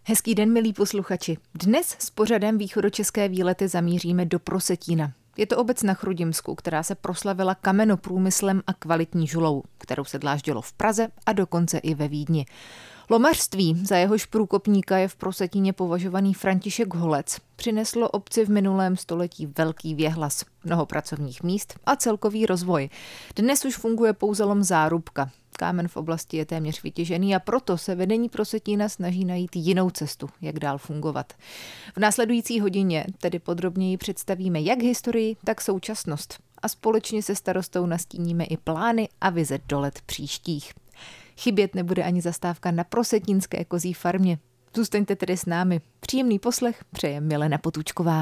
Hezký den, milí posluchači. Dnes s pořadem Východočeské výlety zamíříme do Prosetína. Je to obec na Chrudimsku, která se proslavila kamenoprůmyslem a kvalitní žulou, kterou se dláždilo v Praze a dokonce i ve Vídni. Lomařství, za jehož průkopníka je v Prosetíně považovaný František Holec, přineslo obci v minulém století velký věhlas, mnoho pracovních míst a celkový rozvoj. Dnes už funguje pouze lom Zárubka. Kámen v oblasti je téměř vytěžený a proto se vedení Prosetína snaží najít jinou cestu, jak dál fungovat. V následující hodině tedy podrobněji představíme jak historii, tak současnost a společně se starostou nastíníme i plány a vize do let příštích. Chybět nebude ani zastávka na prosetínské kozí farmě. Zůstaňte tedy s námi. Příjemný poslech přeje Milena Potůčková.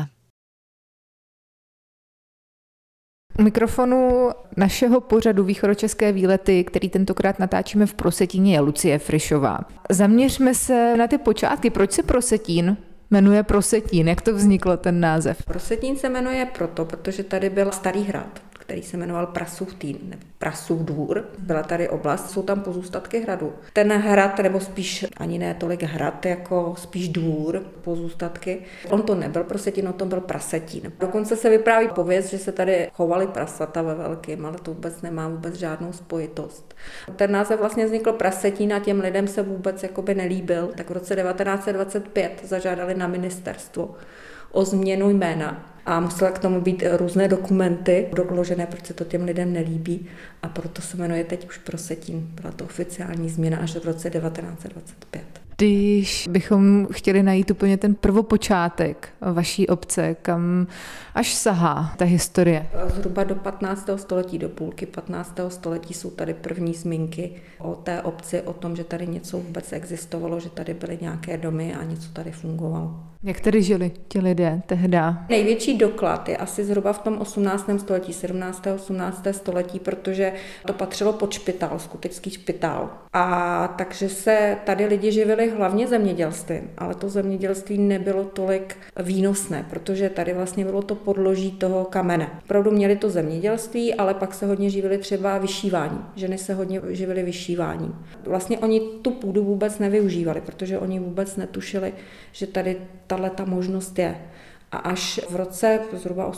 U mikrofonu našeho pořadu Východočeské výlety, který tentokrát natáčíme v Prosetíně, je Lucie Frišová. Zaměřme se na ty počátky. Proč se Prosetín jmenuje Prosetín? Jak to vzniklo, ten název? Prosetín se jmenuje protože tady byl starý hrad, který se jmenoval Prasův Týn, nebo Prasův dvůr. Byla tady oblast, jsou tam pozůstatky hradu. Ten hrad, nebo spíš ani ne tolik hrad, jako spíš dvůr, pozůstatky. On to nebyl Prosetín, on to byl Prasetín. Dokonce se vypráví pověst, že se tady chovaly prasata ve velkém, ale to vůbec nemá žádnou spojitost. Ten název vlastně vznikl Prasetín a těm lidem se vůbec jakoby nelíbil. Tak v roce 1925 zažádali na ministerstvo o změnu jména. A musela k tomu být různé dokumenty doložené, proč se to těm lidem nelíbí. A proto se jmenuje teď už Prosetín. Byla to oficiální změna až v roce 1925. Když bychom chtěli najít úplně ten prvopočátek vaší obce, kam až sahá ta historie? Zhruba do 15. století, do půlky 15. století jsou tady první zmínky o té obci, o tom, že tady něco vůbec existovalo, že tady byly nějaké domy a něco tady fungovalo. Jak tedy žili ti lidé tehda? Největší doklad je asi zhruba v tom 18. století, 17. 18. století, protože to patřilo pod špitál, skutečný špitál. A takže se tady lidi živili hlavně zemědělstvím, ale to zemědělství nebylo tolik výnosné, protože tady vlastně bylo to podloží toho kamene. Opravdu měli to zemědělství, ale pak se hodně živili třeba vyšívání. Ženy se hodně živily vyšíváním. Vlastně oni tu půdu vůbec nevyužívali, protože oni vůbec netušili, že tady tato možnost je. A až v roce zhruba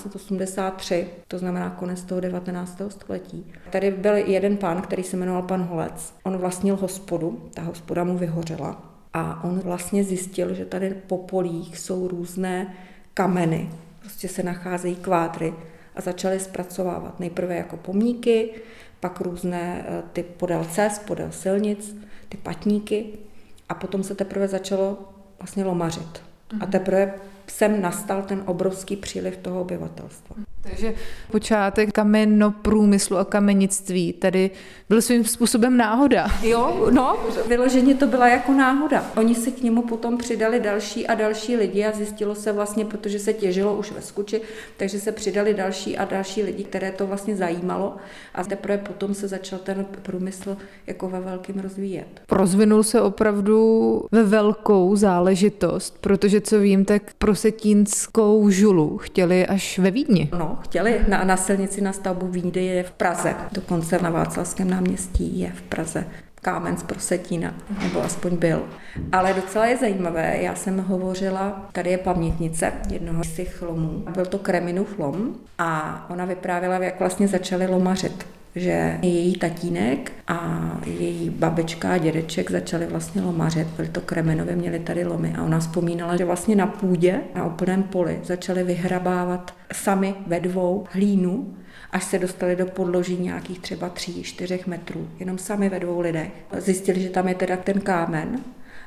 1883, to znamená konec toho 19. století, tady byl jeden pán, který se jmenoval pan Holec. On vlastnil hospodu, ta hospoda mu vyhořela a on vlastně zjistil, že tady po polích jsou různé kameny, prostě se nacházejí kvádry a začali zpracovávat nejprve jako pomníky, pak různé ty podél cest, podél silnic, ty patníky a potom se teprve začalo vlastně lomařit. A teprve sem nastal ten obrovský příliv toho obyvatelstva. Takže počátek kamenoprůmyslu a kamenictví tady byl svým způsobem náhoda. Jo, no, vyloženě to byla jako náhoda. Oni si k němu potom přidali další a další lidi a zjistilo se vlastně, protože se těžilo už ve Skuči, takže se přidali další a další lidi, které to vlastně zajímalo a teprve potom se začal ten průmysl jako ve velkým rozvíjet. Rozvinul se opravdu ve velkou záležitost, protože co vím, tak prosetínskou žulu chtěli až ve Vídni. No, chtěli na silnici na stavbu Vídně je v Praze, dokonce na Václavském náměstí je v Praze kámen z Prosetína, nebo aspoň byl. Ale docela je zajímavé, já jsem hovořila, tady je pamětnice jednoho z těch lomů, byl to Kreminův lom a ona vyprávěla, jak vlastně začali lomařit, že její tatínek a její babička a dědeček začali vlastně lomařit, byli to Kremenově, měli tady lomy a ona vzpomínala, že vlastně na půdě, na úplném poli začali vyhrabávat sami ve dvou hlínu, až se dostali do podloží nějakých třeba 3-4 metrů, jenom sami ve dvou lidech. Zjistili, že tam je teda ten kámen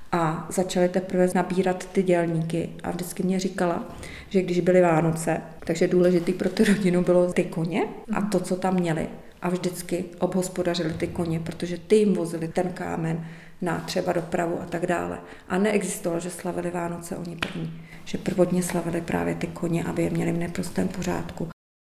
a začali teprve nabírat ty dělníky a vždycky mě říkala, že když byly Vánoce, takže důležitý pro tu rodinu bylo ty koně a to, co tam měli. A vždycky obhospodařili ty koně, protože ty jim vozili ten kámen na třeba dopravu a tak dále. A neexistovalo, že slavili Vánoce oni první, že prvotně slavili právě ty koně, aby je měli v neprostém pořádku.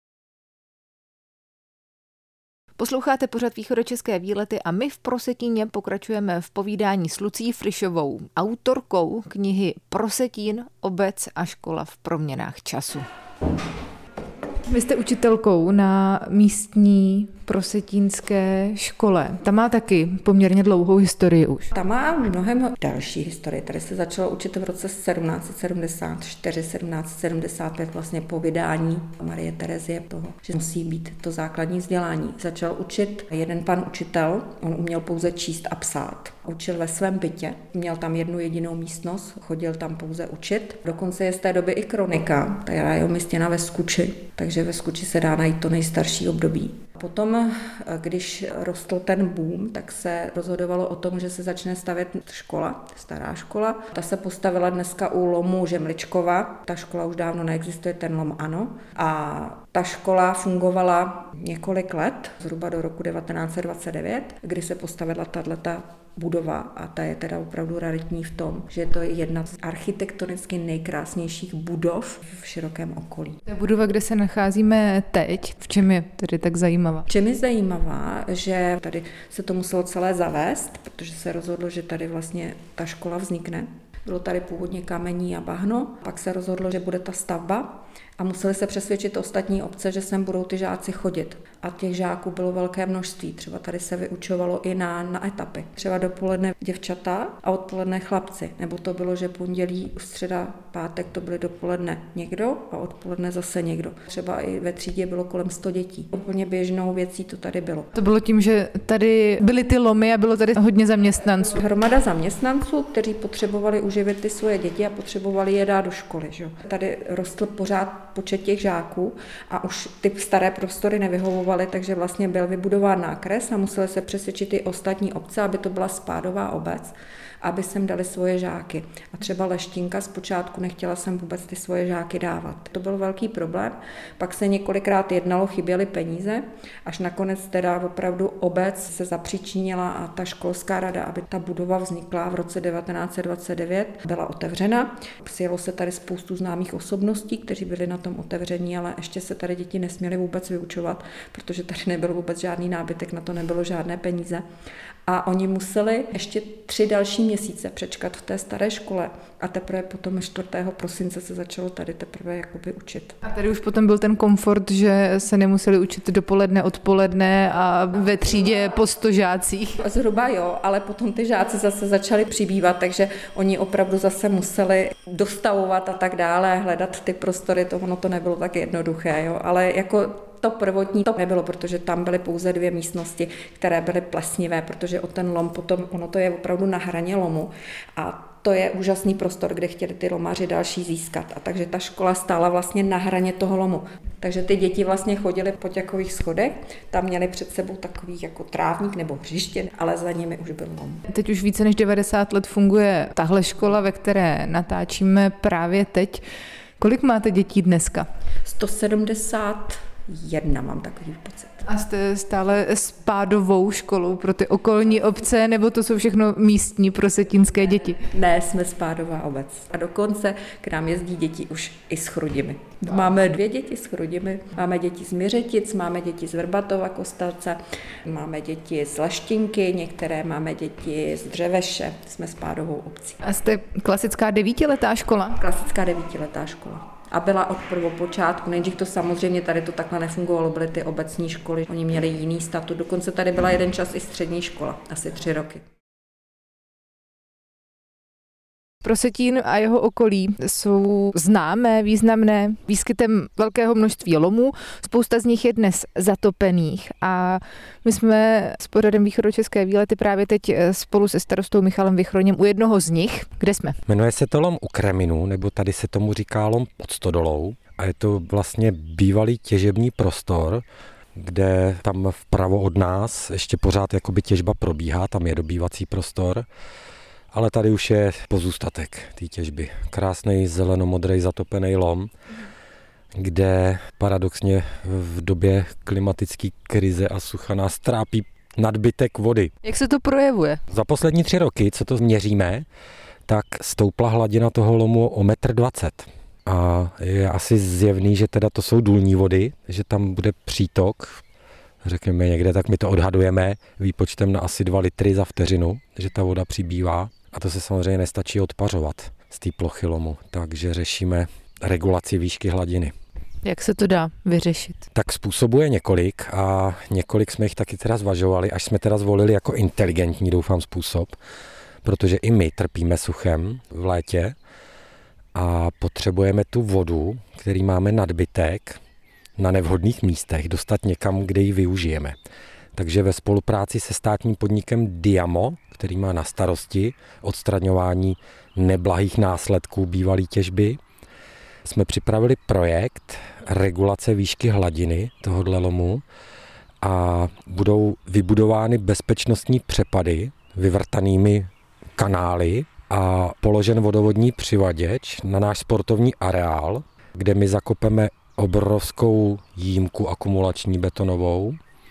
Posloucháte pořad Východočeské výlety a my v Prosetíně pokračujeme v povídání s Lucí Frišovou, autorkou knihy Prosetín, obec a škola v proměnách času. Vy jste učitelkou na místní prosetínské škole. Ta má taky poměrně dlouhou historii už. Ta má mnohem další historii. Tady se začalo učit v roce 1774, 1775 vlastně po vydání Marie Terezie toho, že musí být to základní vzdělání. Začal učit jeden pan učitel, on uměl pouze číst a psát. Učil ve svém bytě, měl tam jednu jedinou místnost, chodil tam pouze učit. Dokonce je z té doby i kronika, která je umístěna ve Skuči, takže ve Skuči se dá najít to nejstarší období. Potom, když rostl ten boom, tak se rozhodovalo o tom, že se začne stavět škola, stará škola. Ta se postavila dneska u lomu Žemličkova. Ta škola už dávno neexistuje, ten lom ano. A ta škola fungovala několik let, zhruba do roku 1929, kdy se postavila tato budova a ta je teda opravdu raritní v tom, že je to jedna z architektonicky nejkrásnějších budov v širokém okolí. Ta budova, kde se nacházíme teď, v čem je tedy tak zajímavá? V čem je zajímavá, že tady se to muselo celé zavést, protože se rozhodlo, že tady vlastně ta škola vznikne. Bylo tady původně kamení a bahno, pak se rozhodlo, že bude ta stavba a museli se přesvědčit ostatní obce, že sem budou ty žáci chodit. A těch žáků bylo velké množství. Třeba tady se vyučovalo i na etapy. Třeba dopoledne děvčata a odpoledne chlapci. Nebo to bylo, že pondělí, středa, pátek to byly dopoledne někdo a odpoledne zase někdo. Třeba i ve třídě bylo kolem 100 dětí. Úplně běžnou věcí to tady bylo. To bylo tím, že tady byly ty lomy a bylo tady hodně zaměstnanců. Hromada zaměstnanců, kteří potřebovali uživit ty svoje děti a potřebovali je dát do školy. Že? Tady rostl pořád počet těch žáků a už ty staré prostory nevyhovovaly, takže vlastně byl vybudován nákres a museli se přesvědčit i ostatní obce, aby to byla spádová obec, aby sem dali svoje žáky. A třeba Leštinka zpočátku nechtěla sem vůbec ty svoje žáky dávat. To byl velký problém. Pak se několikrát jednalo, chyběly peníze, až nakonec teda opravdu obec se zapříčinila a ta školská rada, aby ta budova vznikla v roce 1929, byla otevřena. Přijelo se tady spoustu známých osobností, kteří byli na tom otevření, ale ještě se tady děti nesměly vůbec vyučovat, protože tady nebyl vůbec žádný nábytek, na to nebylo žádné peníze. A oni museli ještě 3 další měsíce přečkat v té staré škole a teprve potom 4. prosince se začalo tady teprve jakoby učit. A tady už potom byl ten komfort, že se nemuseli učit dopoledne, odpoledne a ve třídě po 100 žácích. Zhruba jo, ale potom ty žáci zase začali přibývat, takže oni opravdu zase museli dostavovat a tak dále, hledat ty prostory, ono to nebylo tak jednoduché, jo, ale jako to prvotní to nebylo, protože tam byly pouze 2 místnosti, které byly plesnivé, protože o ten lom potom, ono to je opravdu na hraně lomu a to je úžasný prostor, kde chtěli ty lomaři další získat. A takže ta škola stála vlastně na hraně toho lomu. Takže ty děti vlastně chodily po těkových schodech, tam měli před sebou takový jako trávník nebo hřiště, ale za nimi už byl lom. Teď už více než 90 let funguje tahle škola, ve které natáčíme právě teď. Kolik máte dětí dneska? 171 mám takový pocit. A jste stále spádovou školou pro ty okolní obce, nebo to jsou všechno místní prosetínské děti? Ne, jsme spádová obec. A dokonce k nám jezdí děti už i z Chrudimi. Máme 2 děti z Chrudimi, máme děti z Miřetic, máme děti z Vrbatova Kostelce, máme děti z Leštinky, některé máme děti z Dřeveše, jsme spádovou obcí. A jste klasická 9letá škola? Klasická 9letá škola. A byla od prvopočátku, nejdřív to samozřejmě tady to takhle nefungovalo, byly ty obecní školy, oni měli jiný statut, dokonce tady byla jeden čas i střední škola, asi 3 roky. Prosetín a jeho okolí jsou známé, významné výskytem velkého množství lomů. Spousta z nich je dnes zatopených a my jsme s pořadem Východočeské výlety právě teď spolu se starostou Michalem Vichroněm u jednoho z nich. Kde jsme? Jmenuje se to lom u Kreminu, nebo tady se tomu říká lom pod Stodolou. A je to vlastně bývalý těžební prostor, kde tam vpravo od nás ještě pořád jakoby těžba probíhá, tam je dobývací prostor. Ale tady už je pozůstatek té těžby. Krásný zelenomodrý zatopený lom, kde paradoxně v době klimatické krize a sucha nás trápí nadbytek vody. Jak se to projevuje? Za poslední 3 roky, co to měříme, tak stoupla hladina toho lomu o 1,20 m. A je asi zjevný, že teda to jsou důlní vody, že tam bude přítok, řekněme někde, tak my to odhadujeme výpočtem na asi 2 litry za vteřinu, že ta voda přibývá. A to se samozřejmě nestačí odpařovat z té plochy lomu, takže řešíme regulaci výšky hladiny. Jak se to dá vyřešit? Tak způsobů je několik a několik jsme jich taky teda zvažovali, až jsme teda zvolili jako inteligentní, doufám, způsob, protože i my trpíme suchem v létě a potřebujeme tu vodu, který máme nadbytek, na nevhodných místech dostat někam, kde ji využijeme. Takže ve spolupráci se státním podnikem Diamo, který má na starosti odstraňování neblahých následků bývalé těžby, jsme připravili projekt regulace výšky hladiny tohoto lomu a budou vybudovány bezpečnostní přepady vyvrtanými kanály a položen vodovodní přivaděč na náš sportovní areál, kde my zakopeme obrovskou jímku akumulační betonovou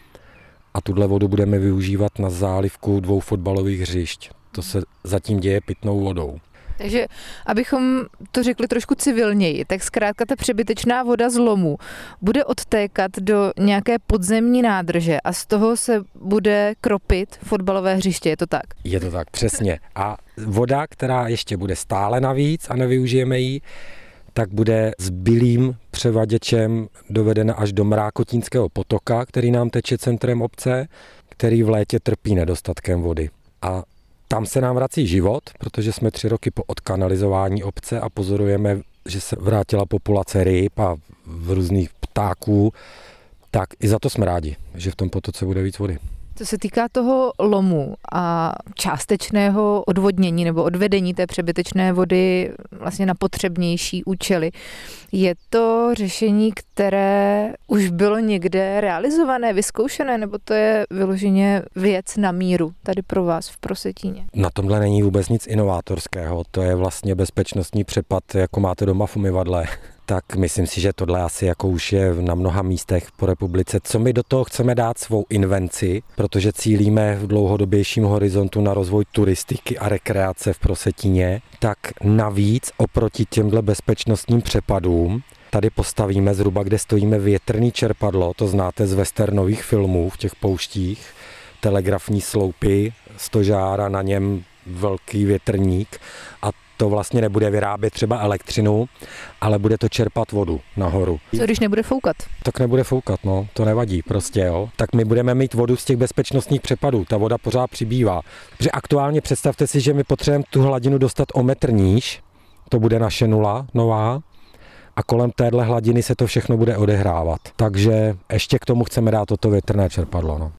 a tuhle vodu budeme využívat na zálivku 2 fotbalových hřišť. To se zatím děje pitnou vodou. Takže abychom to řekli trošku civilněji, tak zkrátka ta přebytečná voda z lomu bude odtékat do nějaké podzemní nádrže a z toho se bude kropit fotbalové hřiště, je to tak? Je to tak, přesně. A voda, která ještě bude stále navíc a nevyužijeme ji, tak bude zbylým převaděčem dovedena až do Mrákotínského potoka, který nám teče centrem obce, který v létě trpí nedostatkem vody. A tam se nám vrací život, protože jsme 3 roky po odkanalizování obce a pozorujeme, že se vrátila populace ryb a různých ptáků, tak i za to jsme rádi, že v tom potoce bude víc vody. Co se týká toho lomu a částečného odvodnění nebo odvedení té přebytečné vody vlastně na potřebnější účely, je to řešení, které už bylo někde realizované, vyzkoušené, nebo to je vyloženě věc na míru tady pro vás v Prosetíně? Na tomhle není vůbec nic inovátorského, to je vlastně bezpečnostní přepad, jako máte doma v umyvadle. Tak myslím si, že tohle asi jako už je na mnoha místech po republice. Co my do toho chceme dát svou invenci, protože cílíme v dlouhodobějším horizontu na rozvoj turistiky a rekreace v Prosetíně, tak navíc oproti těmhle bezpečnostním přepadům tady postavíme zhruba, kde stojíme, větrný čerpadlo, to znáte z westernových filmů v těch pouštích, telegrafní sloupy, stožár a na něm velký větrník a to vlastně nebude vyrábět třeba elektřinu, ale bude to čerpat vodu nahoru. Co když nebude foukat? Tak nebude foukat, no, to nevadí prostě, jo. Tak my budeme mít vodu z těch bezpečnostních přepadů, ta voda pořád přibývá. Protože aktuálně představte si, že my potřebujeme tu hladinu dostat o metr níž, to bude naše nula nová, a kolem téhle hladiny se to všechno bude odehrávat. Takže ještě k tomu chceme dát toto větrné čerpadlo, no.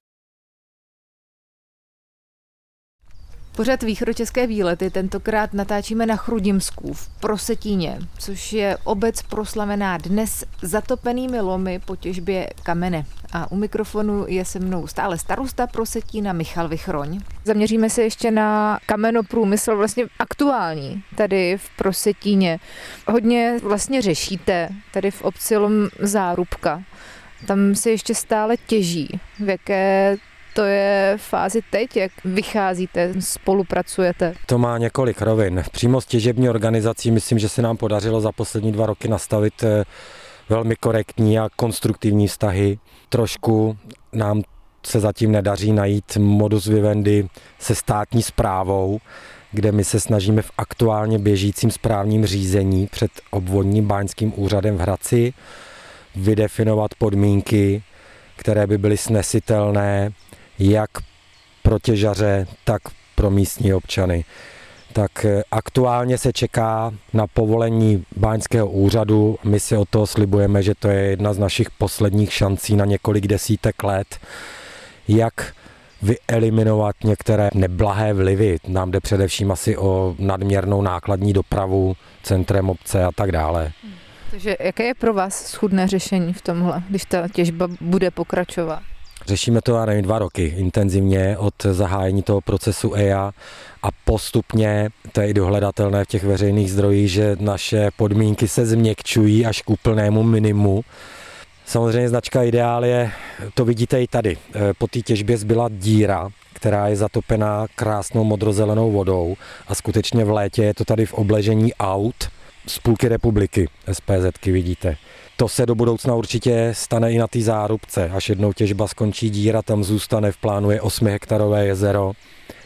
Pořad Východočeské výlety tentokrát natáčíme na Chrudimsku v Prosetíně, což je obec proslavená dnes zatopenými lomy po těžbě kamene. A u mikrofonu je se mnou stále starosta Prosetína Michal Vichroň. Zaměříme se ještě na kamenoprůmysl vlastně aktuální tady v Prosetíně. Hodně vlastně řešíte tady v obci Lom Zárubka. Tam se ještě stále těží. V jaké to je fázi teď, jak vycházíte, spolupracujete? To má několik rovin. Přímo s těžební organizací myslím, že se nám podařilo za poslední 2 roky nastavit velmi korektní a konstruktivní vztahy. Trošku nám se zatím nedaří najít modus vivendi se státní správou, kde my se snažíme v aktuálně běžícím správním řízení před obvodním báňským úřadem v Hradci vydefinovat podmínky, které by byly snesitelné jak pro těžaře, tak pro místní občany. Tak aktuálně se čeká na povolení báňského úřadu. My si od toho slibujeme, že to je jedna z našich posledních šancí na několik desítek let, jak vyeliminovat některé neblahé vlivy. Nám jde především asi o nadměrnou nákladní dopravu centrem obce a tak dále. Takže jaké je pro vás schůdné řešení v tomhle, když ta těžba bude pokračovat? Řešíme to, 2 roky intenzivně od zahájení toho procesu EIA a postupně, to je i dohledatelné v těch veřejných zdrojích, že naše podmínky se změkčují až k úplnému minimu. Samozřejmě značka Ideál je, to vidíte i tady, po té těžbě zbyla díra, která je zatopená krásnou modrozelenou vodou a skutečně v létě je to tady v obležení aut z půlky republiky, SPZky vidíte. To se do budoucna určitě stane i na té Zárubce. Až jednou těžba skončí, díra tam zůstane, v plánu je 8 hektarové jezero.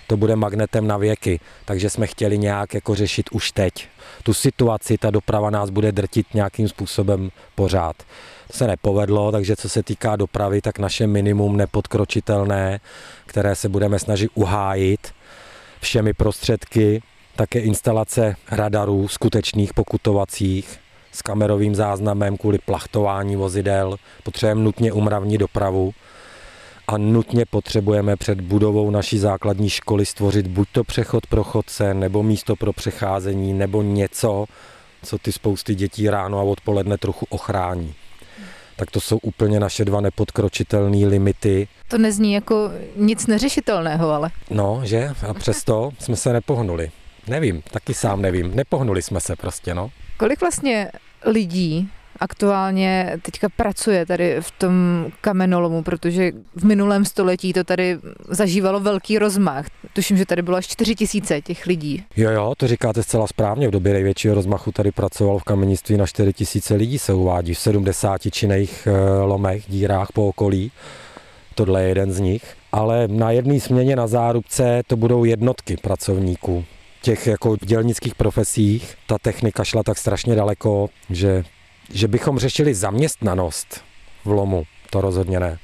to bude magnetem na věky, takže jsme chtěli nějak jako řešit už teď. Tu situaci, ta doprava nás bude drtit nějakým způsobem pořád. To se nepovedlo, takže co se týká dopravy, tak naše minimum nepodkročitelné, které se budeme snažit uhájit všemi prostředky, také instalace radarů skutečných pokutovacích s kamerovým záznamem kvůli plachtování vozidel. Potřebujeme nutně umravní dopravu a nutně potřebujeme před budovou naší základní školy stvořit buď to přechod pro chodce, nebo místo pro přecházení, nebo něco, co ty spousty dětí ráno a odpoledne trochu ochrání. Tak to jsou úplně naše dva nepodkročitelné limity. To nezní jako nic neřešitelného, ale. No, že? A přesto jsme se nepohnuli. Nevím, taky sám nevím. Nepohnuli jsme se prostě, no. Kolik vlastně lidí aktuálně teďka pracuje tady v tom kamenolomu, protože v minulém století to tady zažívalo velký rozmach. Tuším, že tady bylo až 4 000 těch lidí. Jo, to říkáte zcela správně. V době největšího rozmachu tady pracovalo v kamenictví na 4 000 lidí, se uvádí v 70 činných lomech, dírách po okolí. Tohle je jeden z nich. Ale na jedné směně na Zárubce to budou jednotky pracovníků. Těch jako v dělnických profesích ta technika šla tak strašně daleko, že bychom řešili zaměstnanost v lomu, to rozhodně ne.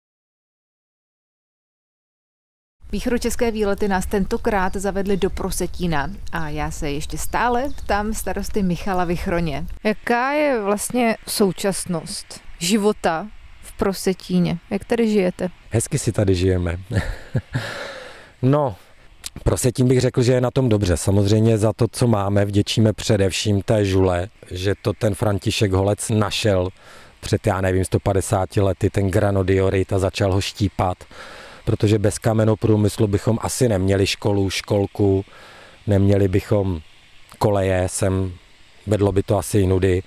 Východočeské výlety nás tentokrát zavedly do Prosetína a já se ještě stále ptám starosty Michala Vichroně. Jaká je vlastně současnost života v Prosetíně? Jak tady žijete? Hezky si tady žijeme. No, Prosetín bych řekl, že je na tom dobře. Samozřejmě za to, co máme, vděčíme především té žule, že to ten František Holec našel před, 150 lety, ten granodiorit a začal ho štípat, protože bez kamenoprůmyslu bychom asi neměli školu, školku, neměli bychom koleje, vedlo by to asi i nudy,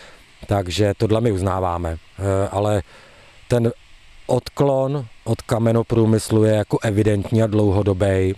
takže tohle my uznáváme, ale ten odklon od kamenoprůmyslu je jako evidentní a dlouhodobý.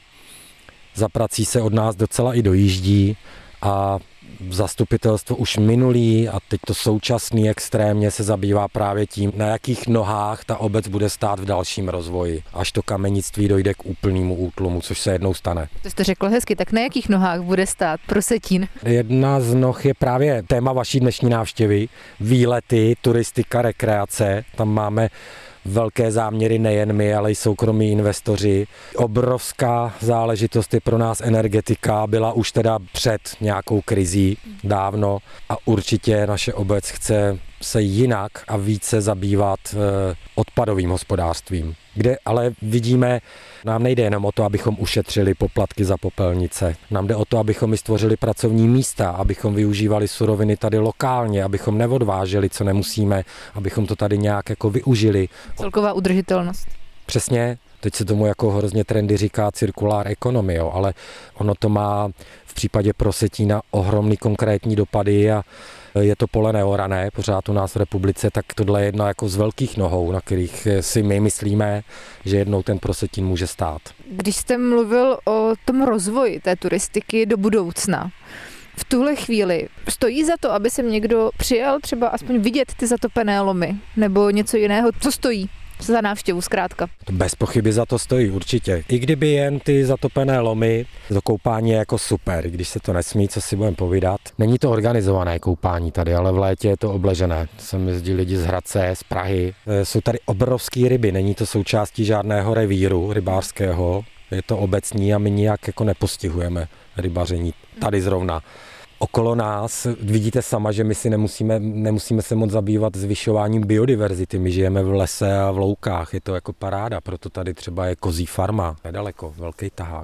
Za prací se od nás docela i dojíždí a zastupitelstvo už minulý a teď to současný extrémně se zabývá právě tím, na jakých nohách ta obec bude stát v dalším rozvoji, až to kamenictví dojde k úplnému útlumu, což se jednou stane. To jste řekl hezky, tak na jakých nohách bude stát Prosetín? Jedna z noh je právě téma vaší dnešní návštěvy, výlety, turistika, rekreace, tam máme velké záměry nejen my, ale i soukromí investoři. Obrovská záležitost je pro nás energetika, byla už teda před nějakou krizí dávno a určitě naše obec chce se jinak a více zabývat odpadovým hospodářstvím, kde ale vidíme, nám nejde jenom o to, abychom ušetřili poplatky za popelnice. Nám jde o to, abychom i stvořili pracovní místa, abychom využívali suroviny tady lokálně, abychom neodváželi, co nemusíme, abychom to tady nějak jako využili. Celková udržitelnost. Přesně, teď se tomu jako hrozně trendy říká cirkulár economy, jo, ale ono to má v případě Prosetína ohromný konkrétní dopady a je to pole neorané, pořád u nás v republice, tak tohle je jedna jako z velkých nohou, na kterých si my myslíme, že jednou ten Prosetín může stát. Když jste mluvil o tom rozvoji té turistiky do budoucna, v tuhle chvíli stojí za to, aby se někdo přijel třeba aspoň vidět ty zatopené lomy, nebo něco jiného, co stojí za návštěvu zkrátka? Bez pochyby za to stojí určitě. I kdyby jen ty zatopené lomy, to koupání je jako super, když se to nesmí, co si budeme povídat. Není to organizované koupání tady, ale v létě je to obležené. Sem jezdí lidi z Hradce, z Prahy. Jsou tady obrovský ryby, není to součástí žádného revíru rybářského. Je to obecní a my nijak jako nepostihujeme rybaření tady zrovna. Okolo nás vidíte sama, že my si nemusíme se moc zabývat zvyšováním biodiverzity. My žijeme v lese a v loukách, je to jako paráda, proto tady třeba je kozí farma, nedaleko, velký tahák.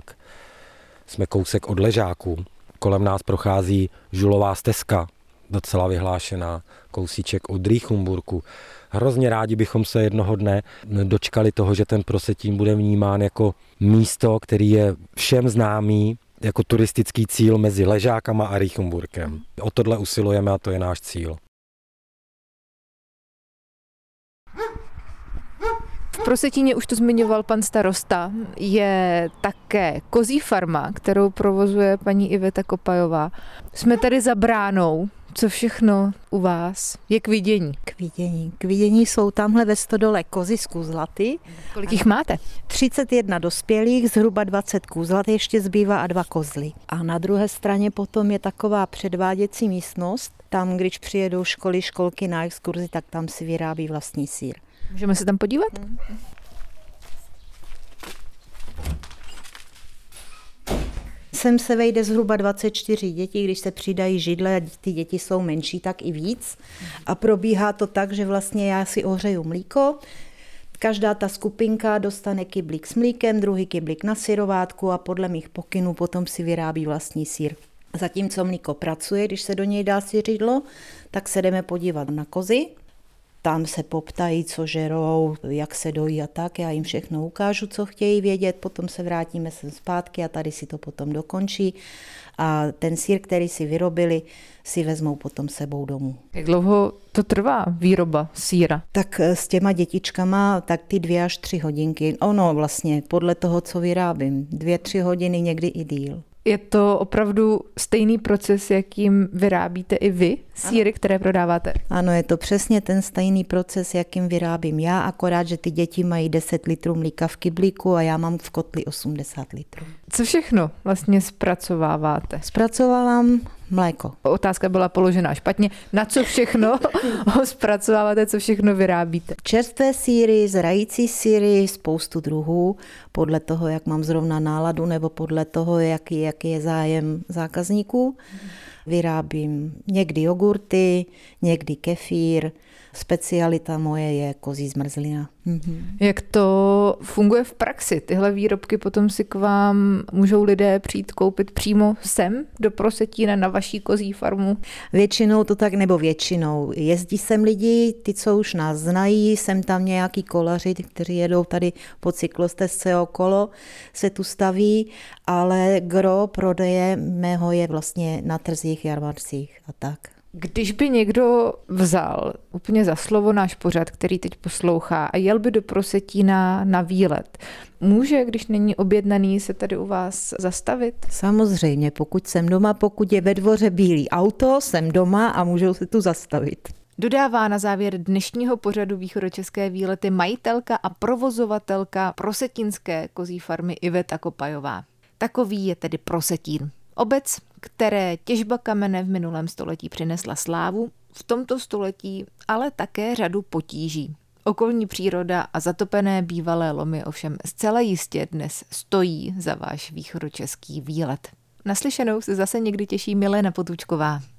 Jsme kousek od Ležáků, kolem nás prochází žulová stezka, docela vyhlášená, kousíček od Rýchumburku. Hrozně rádi bychom se jednoho dne dočkali toho, že ten Prosetín bude vnímán jako místo, který je všem známý, jako turistický cíl mezi Ležákama a Rýchumburkem. O tohle usilujeme a to je náš cíl. V Prosetíně, už to zmiňoval pan starosta, je také kozí farma, kterou provozuje paní Iveta Kopajová. Jsme tady za bránou. Co všechno u vás je k vidění? K vidění jsou tamhle ve stodole kozy z kůzlaty. Kolik jich máte? 31 dospělých, zhruba 20 kůzlat ještě zbývá a 2 kozly. A na druhé straně potom je taková předváděcí místnost. Tam, když přijedou školky na exkurzi, tak tam si vyrábí vlastní sýr. Můžeme se tam podívat? Sem se vejde zhruba 24 dětí, když se přidají židle a ty děti jsou menší, tak i víc. A probíhá to tak, že vlastně já si ohřeju mlíko, každá ta skupinka dostane kyblík s mlíkem, druhý kyblík na syrovátku a podle mých pokynů potom si vyrábí vlastní sýr. Zatímco mlíko pracuje, když se do něj dá syřidlo, tak se jdeme podívat na kozy. Tam se poptají, co žerou, jak se dojí a tak. Já jim všechno ukážu, co chtějí vědět, potom se vrátíme sem zpátky a tady si to potom dokončí. A ten sýr, který si vyrobili, si vezmou potom sebou domů. Jak dlouho to trvá výroba sýra? Tak s těma dětičkama tak ty 2 až 3 hodinky. Ono vlastně podle toho, co vyrábím. 2-3 hodiny, někdy i díl. Je to opravdu stejný proces, jakým vyrábíte i vy sýry, které prodáváte? Ano, je to přesně ten stejný proces, jakým vyrábím já, akorát, že ty děti mají 10 litrů mlíka v kyblíku a já mám v kotli 80 litrů. Co všechno vlastně zpracováváte? Zpracovávám mléko. Otázka byla položená špatně. Na co všechno ho zpracováváte, co všechno vyrábíte? Čerstvé sýry, zrající sýry, spoustu druhů, podle toho, jak mám zrovna náladu, nebo podle toho, jaký je zájem zákazníků. Vyrábím někdy jogurty, někdy kefír. Specialita moje je kozí zmrzlina. Jak to funguje v praxi? Tyhle výrobky potom si k vám můžou lidé přijít koupit přímo sem do Prosetína na vaší kozí farmu? Většinou to tak, nebo většinou. Jezdí sem lidi, ty, co už nás znají, sem tam nějaký kolaři, kteří jedou tady po cyklostezce okolo, se tu staví, ale gro prodeje mého je vlastně na trzích, jarmarcích a tak. Když by někdo vzal úplně za slovo náš pořad, který teď poslouchá a jel by do Prosetína na výlet, může, když není objednaný, se tady u vás zastavit? Samozřejmě, pokud jsem doma, pokud je ve dvoře bílý auto, jsem doma a můžou se tu zastavit. Dodává na závěr dnešního pořadu Východočeské výlety majitelka a provozovatelka prosetínské kozí farmy Iveta Kopajová. Takový je tedy Prosetín. Obec, které těžba kamene v minulém století přinesla slávu, v tomto století ale také řadu potíží. Okolní příroda a zatopené bývalé lomy ovšem zcela jistě dnes stojí za váš východočeský výlet. Naslyšenou se zase někdy těší Milena Potůčková.